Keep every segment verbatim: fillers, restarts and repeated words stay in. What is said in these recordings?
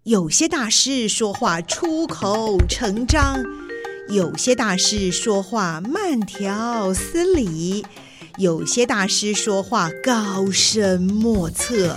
有些大师说话出口成章，有些大师说话慢条斯理，有些大师说话高深莫测。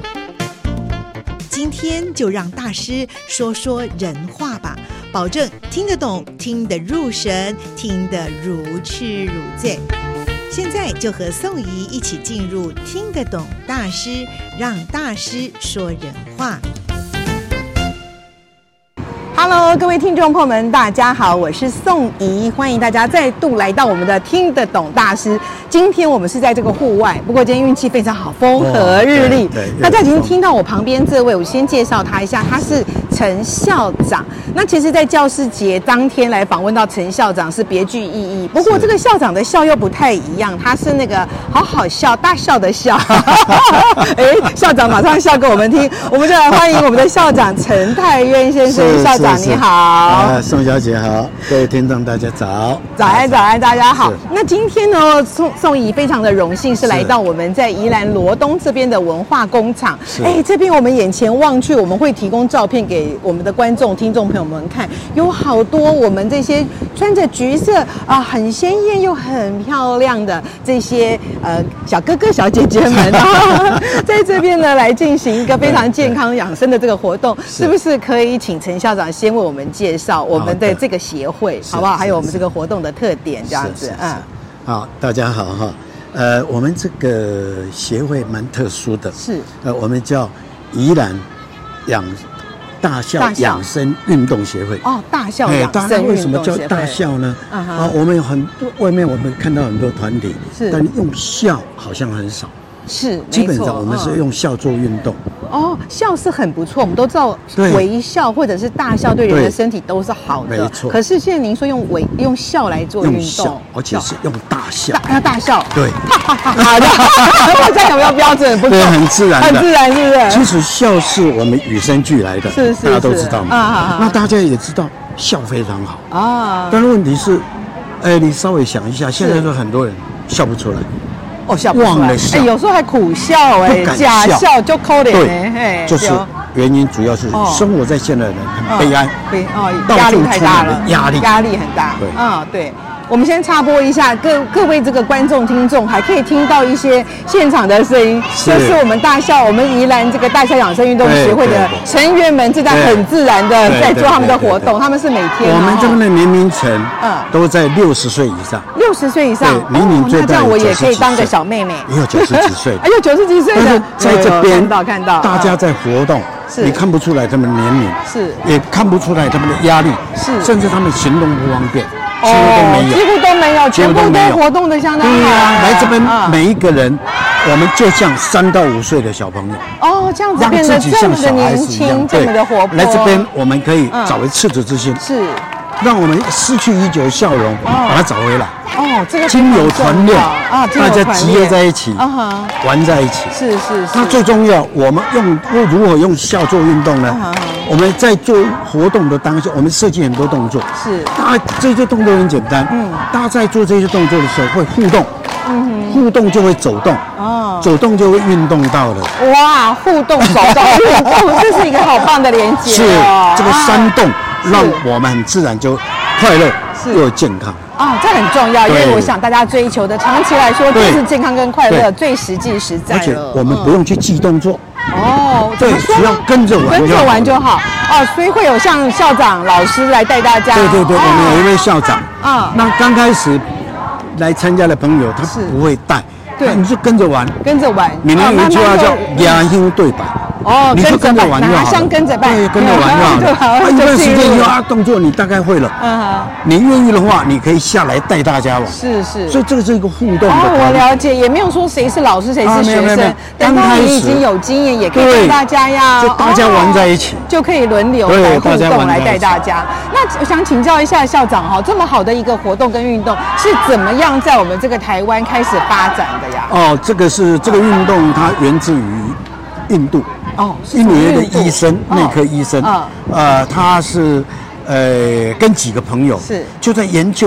今天就让大师说说人话吧，保证听得懂，听得入神，听得如痴如醉。现在就和宋怡一起进入听得懂大师，让大师说人话。Hello， 各位听众朋友们，大家好，我是宋怡，欢迎大家再度来到我们的听得懂大师。今天我们是在这个户外，不过今天运气非常好，风和日丽。大家已经听到我旁边这位，我先介绍他一下，他是陈校长。那其实，在教师节当天来访问到陈校长是别具意义，不过这个校长的笑又不太一样，他是那个好好笑、大笑的笑。哎，校长马上笑给我们听，我们就来欢迎我们的校长陈泰渊先生，校长。你好， 啊，宋小姐好，各位听众大家早， 早安早安，大家好。那今天呢，宋宋怡非常的荣幸是来到我们在宜兰罗东这边的文化工厂。哎，这边我们眼前望去，我们会提供照片给我们的观众、听众朋友们看，有好多我们这些穿着橘色啊，很鲜艳又很漂亮的这些呃小哥哥、小姐姐们啊，在这边呢来进行一个非常健康养生的这个活动，是不是可以请陈校长先为我们介绍我们的这个协会，好不好？还有我们这个活动的特点，这样子。 嗯，好，大家好哈。呃，我们这个协会蛮特殊的，是呃，我们叫宜兰养大校养生运动协会。哦，大校养生运动协会。大家为什么叫大校呢？啊，我们有很多外面我们看到很多团体，是，但用校好像很少。是，基本上我们是用笑做运动。哦，笑是很不错，我们都知道微笑或者是大笑对人的身体都是好的。没错。可是现在您说用微用笑来做运动，用笑，而且是用大笑，要大笑。对。好的，我这样有没有标准？不对，很自然的，很自然，是不是？其实笑是我们与生俱来的，是是，大家都知道嘛。啊，那大家也知道笑非常好啊，但是问题是，哎，你稍微想一下，现在有很多人笑不出来。哦，笑不出来，忘了笑，哎，有时候还苦笑，哎，假笑就可怜，对，就是原因主要是生活在现代人很悲哀，悲哦，压力太大了，压力压力很大，对，嗯，对。我们先插播一下，各各位这个观众听众还可以听到一些现场的声音，就是我们大校我们宜兰这个大校养生运动协会的成员们正在很自然的在做他们的活动，他们是每天我们这边的年龄层嗯都在六十岁以上，六十岁以上，对，年龄最大那这样我也可以当个小妹妹，也有九十几岁，哎呦九十几岁的，在这边看到看到大家在活动，你看不出来他们年龄，是也看不出来他们的压力，是甚至他们行动不方便。几乎都没有，几乎都没有，全部都活动的相当好。对啊，来这边每一个人，我们就像三到五岁的小朋友。哦，这样子变得这么的年轻，这么的活泼。来这边，我们可以找回赤子之心，是让我们失去已久的笑容，把它找回来。哦，这个亲友团练啊，大家集约在一起，玩在一起。是是是。那最重要，我们用如何用笑做运动呢？我们在做活动的当下，我们设计很多动作。是，大家这些动作很简单。嗯，大家在做这些动作的时候会互动。嗯，互动就会走动。哦，走动就会运动到了。哇，互动走动运动，这是一个好棒的连接。是，这个煽动让我们很自然就快乐又健康。啊，这很重要，因为我想大家追求的，长期来说就是健康跟快乐最实际实在的。而且我们不用去记动作。哦，对，只要跟着玩，跟着玩就好。哦，所以会有像校长、老师来带大家。对对对，我们有一位校长。啊，那刚开始来参加的朋友，他不会带，对，你就跟着玩，跟着玩。闽南有一句话叫“牙音对白”。哦，你就跟着玩就好了，像跟着办，对，跟着玩就好了。啊，一段时间以后啊，动作你大概会了。嗯哼，你愿意的话，你可以下来带大家玩。是是，所以这个是一个互动的。哦，我了解，也没有说谁是老师，谁是学生。刚开始你已经有经验，也可以带大家呀，就大家玩在一起，就可以轮流来互动，来带大家。那我想请教一下校长哈，这么好的一个活动跟运动是怎么样在我们这个台湾开始发展的呀？哦，这个是这个运动，它源自于印度。哦，印尼的医生，内科医生，呃，他是呃跟几个朋友是就在研究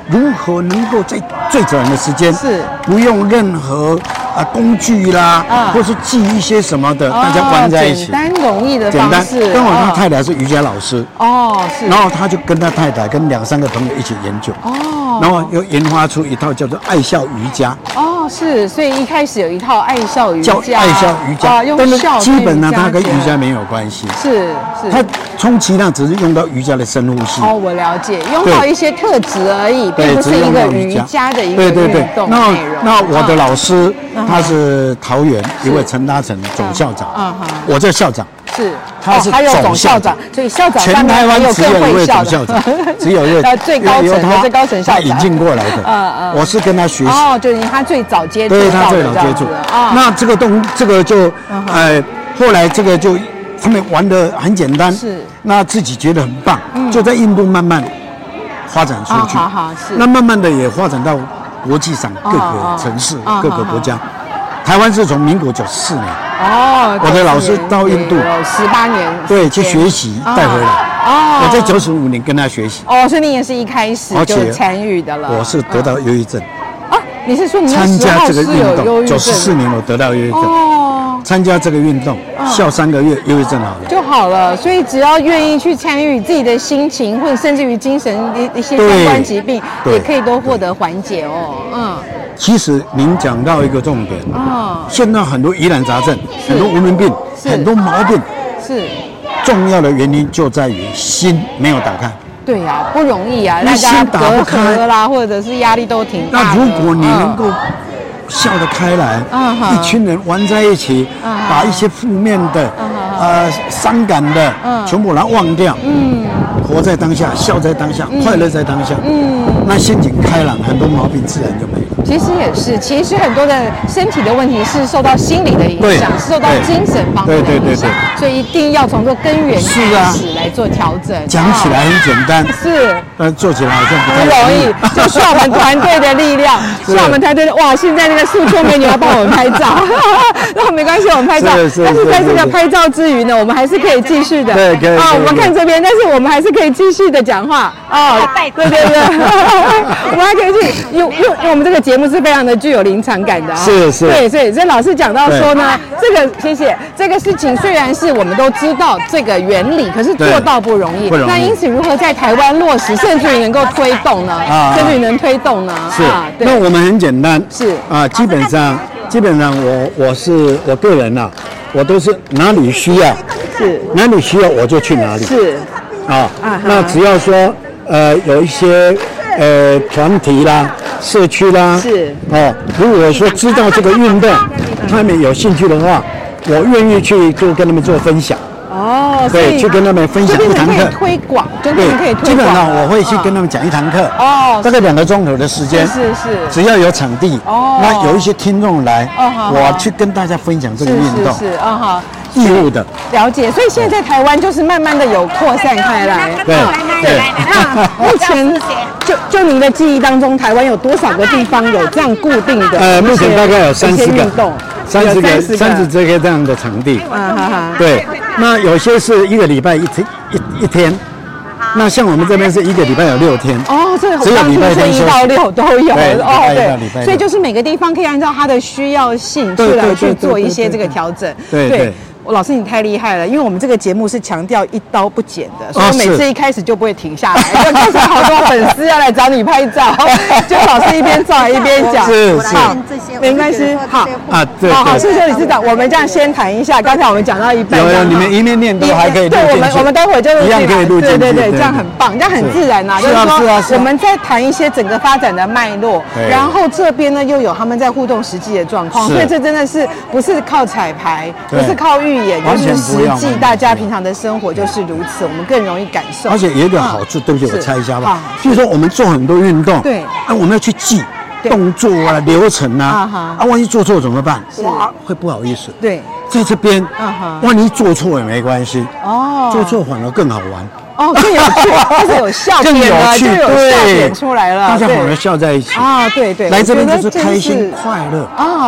如何能够在最短的时间， 是不用任何啊工具啦，啊、或是记一些什么的，哦、大家玩在一起， 简单容易的方式。 跟我他太太是瑜伽老师， 哦，是， 然后他就跟他太太跟两三个朋友一起研究，哦，然后又研发出一套叫做爱笑瑜伽。 哦，是，所以一开始有一套爱笑瑜伽， 叫爱笑瑜伽， 啊、用笑基本上它跟瑜伽没有关系， 是是， 它充其量只是用到瑜伽的深呼吸。 哦，我了解，用到一些特质而已，并不是一个瑜伽的一个运动内容。 那那我的老师他是桃园一位陈达成总校长，嗯哼，我这校长是， 他是总校长，所以校长全台湾只有一位总校长，只有一位最高层的最高层校长引进过来的，嗯嗯，我是跟他学习， 哦，就是他最早接触， 对他最早接触，那这个动这个就呃后来这个就。他们玩的很简单，是那自己觉得很棒，嗯、就在印度慢慢发展出去。 哦、好好是。 那慢慢的也发展到国际上各个城市、哦、各个国家。哦、台湾是从民国九十四年，哦，我的老师到印度十八年， 对，去学习带回来。哦，我在九十五年跟他学习。 哦，所以你也是一开始就参与的了。 我是得到忧郁症。 啊，你是说你参加这个运动？九十四年我得到忧郁症。哦。参加这个运动，笑三个月，忧郁症好了就好了。所以只要愿意去参与，自己的心情或者甚至于精神一些相关疾病，也可以都获得缓解哦。嗯， 其实您讲到一个重点啊，现在很多疑难杂症，很多文明病，很多毛病，是重要的原因就在于心没有打开。 对呀、啊，不容易啊，大家隔阂啦，或者是压力都挺大的。 那如果你能够笑得开来，uh-huh. 一群人玩在一起， uh-huh. 把一些负面的、uh-huh. 呃伤感的， uh-huh. 全部把它忘掉，嗯，活在当下，笑在当下，嗯、快乐在当下，嗯，那心情开朗，很多毛病自然就没了。 其实也是，其实很多的身体的问题是受到心理的影响，是受到精神方面的影响，所以一定要从这根源开始来做调整。 讲起来很简单， 是， 但做起来好像不太容易，就需要我们团队的力量，需要我们团队的哇！现在那个素秋美女要帮我们拍照，那没关系，我们拍照。但是在这个拍照之余呢，我们还是可以继续的。 对，可以。 啊，我们看这边，但是我们还是可以继续的讲话。哦，对对对，我们还可以去，因为因为我们这个节目是非常的具有临场感的啊。 是是。 对，所以所以老师讲到说呢，这个谢谢这个事情虽然是我们都知道这个原理，可是做到不容易。那因此如何在台湾落实，甚至于能够推动呢？啊，甚至于能推动呢？ 是。那我们很简单。是。啊，基本上基本上我我是我个人啊，我都是哪里需要，是哪里需要我就去哪里。是。啊，那只要说呃有一些呃团体啦、社区啦，是哦，如果说知道这个运动，他们有兴趣的话，我愿意去就跟他们做分享。哦，对，去跟他们分享一堂课， 推广，对，可以推广。 基本上我会去跟他们讲一堂课，哦，大概两个钟头的时间， 是是， 只要有场地，哦，那有一些听众来，哦，我去跟大家分享这个运动， 是是，啊好。 义务的了解，所以现在在台湾就是慢慢的有扩散开来。 对对。 那目前就就您的记忆当中，台湾有多少个地方有这样固定的？ 呃，目前大概有三十个，三十个，三十这个这样的场地。啊哈哈。对，那有些是一个礼拜一天一一天。那像我们这边是一个礼拜有六天哦，这只有礼拜天一到六都有哦，对，所以就是每个地方可以按照它的需要性去来去做一些这个调整， 对对。 老师，你太厉害了，因为我们这个节目是强调一刀不剪的，所以我每次一开始就不会停下来，就开始好多粉丝要来找你拍照，就老师一边照一边讲， 是是， 没关系，好啊，对， 好好，谢谢理事长，我们这样先谈一下，刚才我们讲到一半， 有有，你们一面念都还可以录进去， 对，我们我们待会就是一样可以录进去， 对对对，这样很棒，这样很自然呐，就是说我们在谈一些整个发展的脉络，然后这边呢又有他们在互动实际的状况，所以这真的是不是靠彩排，不是靠预演，就是。实际大家平常的生活就是如此，我们更容易感受。 而且有一个好处，对不起，我猜一下吧。就是说我们做很多运动，对，啊，我们要去记动作啊、流程啊，啊，万一做错怎么办？哇，会不好意思。 对， 在这边，万一做错也没关系，哦，做错反而更好玩。 哦，更有趣，就是有笑点了，就有笑点出来了， 大家反而笑在一起啊，对对， 来这边就是开心快乐啊。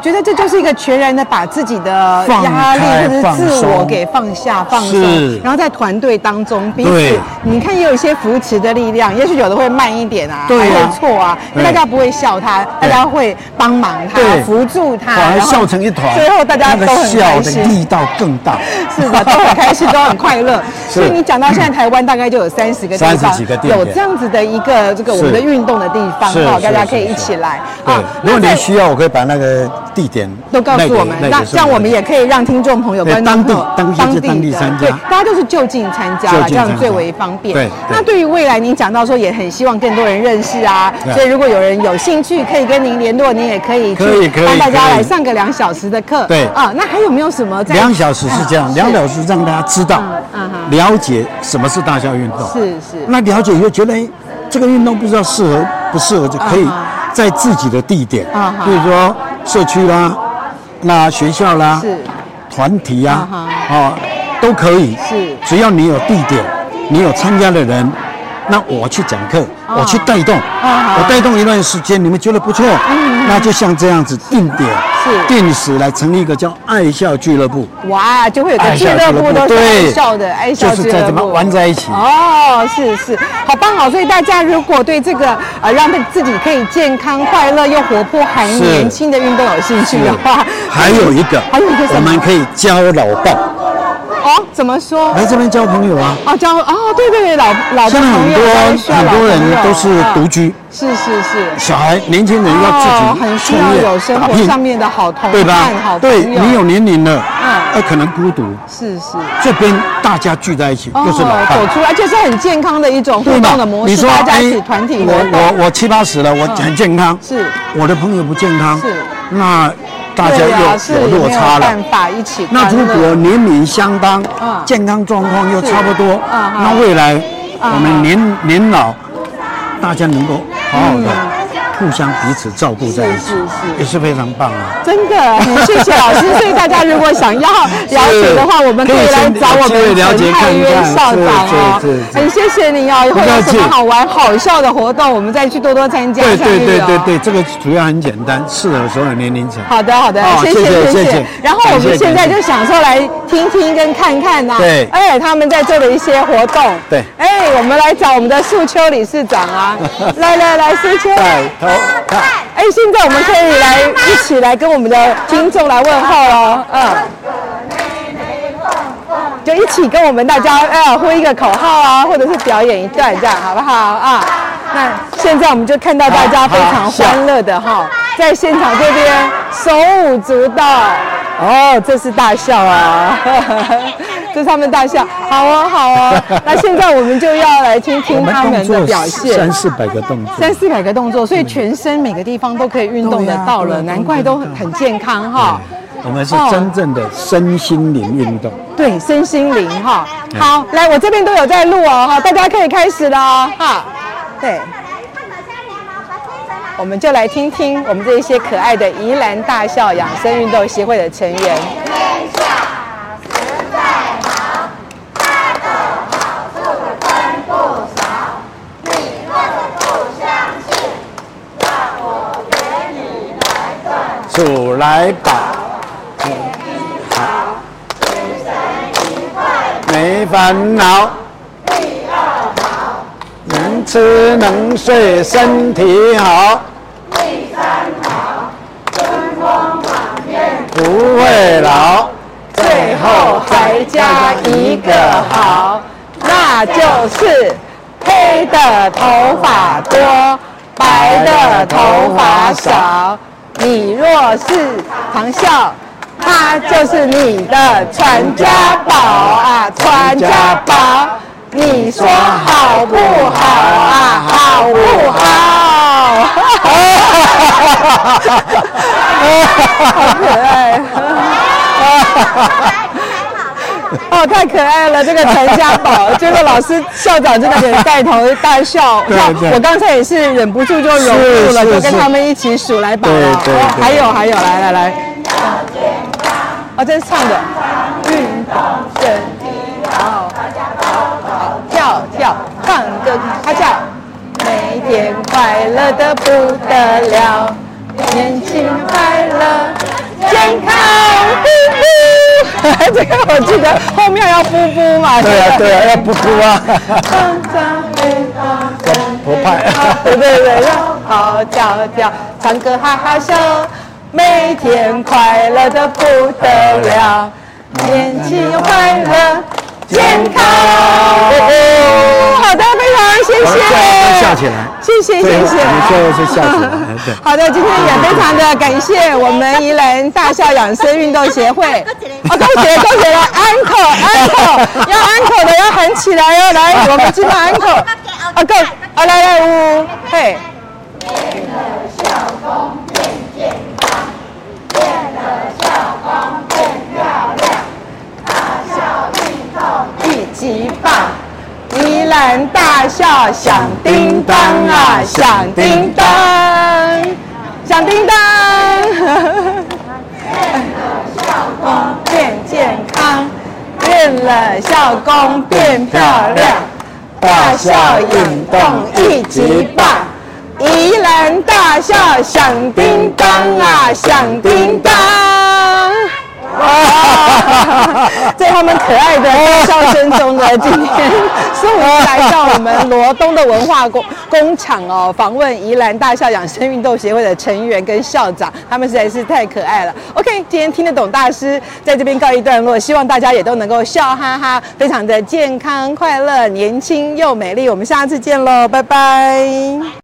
觉得这就是一个全然的把自己的压力或者是自我给放下、放松，然后在团队当中彼此，你看也有一些扶持的力量，也许有的会慢一点啊，还会错啊，但大家不会笑他，大家会帮忙他、扶助他， 反而笑成一团， 最后大家都很开心， 力道更大， 是的，都很开心，都很快乐。所以你讲到现在台湾大概就有三十个地方有这样子的一个这个我们的运动的地方哈，大家可以一起来啊。如果你需要，我可以把那个地点都告诉我们，那这样我们也可以让听众朋友、观众朋友当地当地参加， 对，大家都是就近参加，这样最为方便。对，那对于未来，您讲到说也很希望更多人认识啊，所以如果有人有兴趣，可以跟您联络，您也可以去帮大家来上个两小时的课。 对啊，那还有没有什么？ 两小时是这样，两小时让大家知道、了解什么是大校运动。 是是。 那了解以后觉得，哎，这个运动不知道适合不适合，就可以在自己的地点，比如说社区啦。那学校啦，是团体啊，哦，都可以。是，只要你有地点，你有参加的人，那我去讲课，我去带动，我带动一段时间，你们觉得不错，那就像这样子定点、定时来成立一个叫爱校俱乐部。 哇，就会有个俱乐部都是爱校的爱校俱乐部， 就是在怎么玩在一起。 哦，是是，好棒哦！所以大家如果对这个呃让自己可以健康、快乐又活泼还年轻的运动有兴趣的话， 还有一个， 还有一个我们可以交老伴。 哦，怎么说？ 来这边交朋友啊！ 哦，交哦，对对对，老老的朋友， 现在很多很多人都是独居， 是是是， 小孩年轻人要自己很需要有生活上面的好同伴、好朋友。 对，你有年龄了，嗯，呃，可能孤独， 是是。 这边大家聚在一起，就是老伴， 走出来，就是很健康的一种互动的模式。 你说， 大家一起团体活动。 我我我七八十了，我很健康， 是， 我的朋友不健康， 是， 那。大家又有落差了， 办法一起。 那如果年龄相当，健康状况又差不多，那未来我们年年老，大家能够好好的互相彼此照顾在一起，也是非常棒啊！ 真的，很谢谢老师。所以大家如果想要了解的话，我们可以来找我们陈泰渊校长哦。很谢谢你哦，以后有什么好玩好笑的活动，我们再去多多参加。 对对对对对，这个主要很简单，适合所有年龄层。 好的好的，谢谢谢谢。然后我们现在就享受来听听跟看看呐， 对， 哎，他们在做的一些活动。 对， 哎，我们来找我们的素秋理事长啊，来来来，素秋。 看， 哎，现在我们可以来一起来跟我们的听众来问候喽，嗯，就一起跟我们大家呃呼一个口号啊，或者是表演一段这样，好不好啊？那现在我们就看到大家非常欢乐的哈，在现场这边手舞足蹈，哦，这是大笑啊。这是他们大笑，好哦，好哦。那现在我们就要来听听他们的表现。 三四百个动作， 三四百个动作，所以全身每个地方都可以运动得到了，难怪都很很健康哈。 我们是真正的身心灵运动。 对，身心灵哈。好，来，我这边都有在录哦哈，大家可以开始了哈。对，我们就来听听我们这一些可爱的宜兰大校养生运动协会的成员。 出来吧，没烦恼，能吃能睡，身体好，不会老， 最后还加一个好，那就是黑的头发多，白的头发少。你若是唐校，他就是你的传家宝啊，传家宝。你说好不好啊？好不好？好可爱！哦，太可爱了！这个传家宝，这个老师校长真的很带头大笑，我刚才也是忍不住就融入了，就跟他们一起数来宝了。哦，还有还有，来来来，哦，这是唱的，运动身体好，好跳跳，唱歌哈叫，每天快乐的不得了。 年轻快乐，健康，呼呼。这个我记得后面要呼呼嘛。 对啊，对啊，要呼呼啊。不怕。 对对对，要好跳跳，唱歌哈哈笑，每天快乐的不得了，年轻又快乐，健康。哦，好的，非常谢谢。 笑起来。 谢谢谢谢。 你就是笑起来。对。 好的，今天也非常的感谢我们宜兰大笑养生运动协会。哦，恭喜恭喜了，安可安可，要安可的要喊起来哦，来，我们知道安可。啊，够，啊来来呜，嘿。变了笑功变健康，变了笑功变漂亮，大笑运动一级棒。宜兰大笑响叮当啊，响叮当，响叮当。变了笑功变健康，变了笑功变漂亮，大笑运动一级棒。宜兰大笑响叮当啊，响叮当。哇！在他们可爱的笑声中呢，今天宋怡来到我们罗东的文化工工厂哦，访问宜兰大笑养生运动协会的成员跟校长，他们实在是太可爱了。OK， 今天听得懂大师在这边告一段落，希望大家也都能够笑哈哈，非常的健康快乐，年轻又美丽。我们下次见喽，拜拜。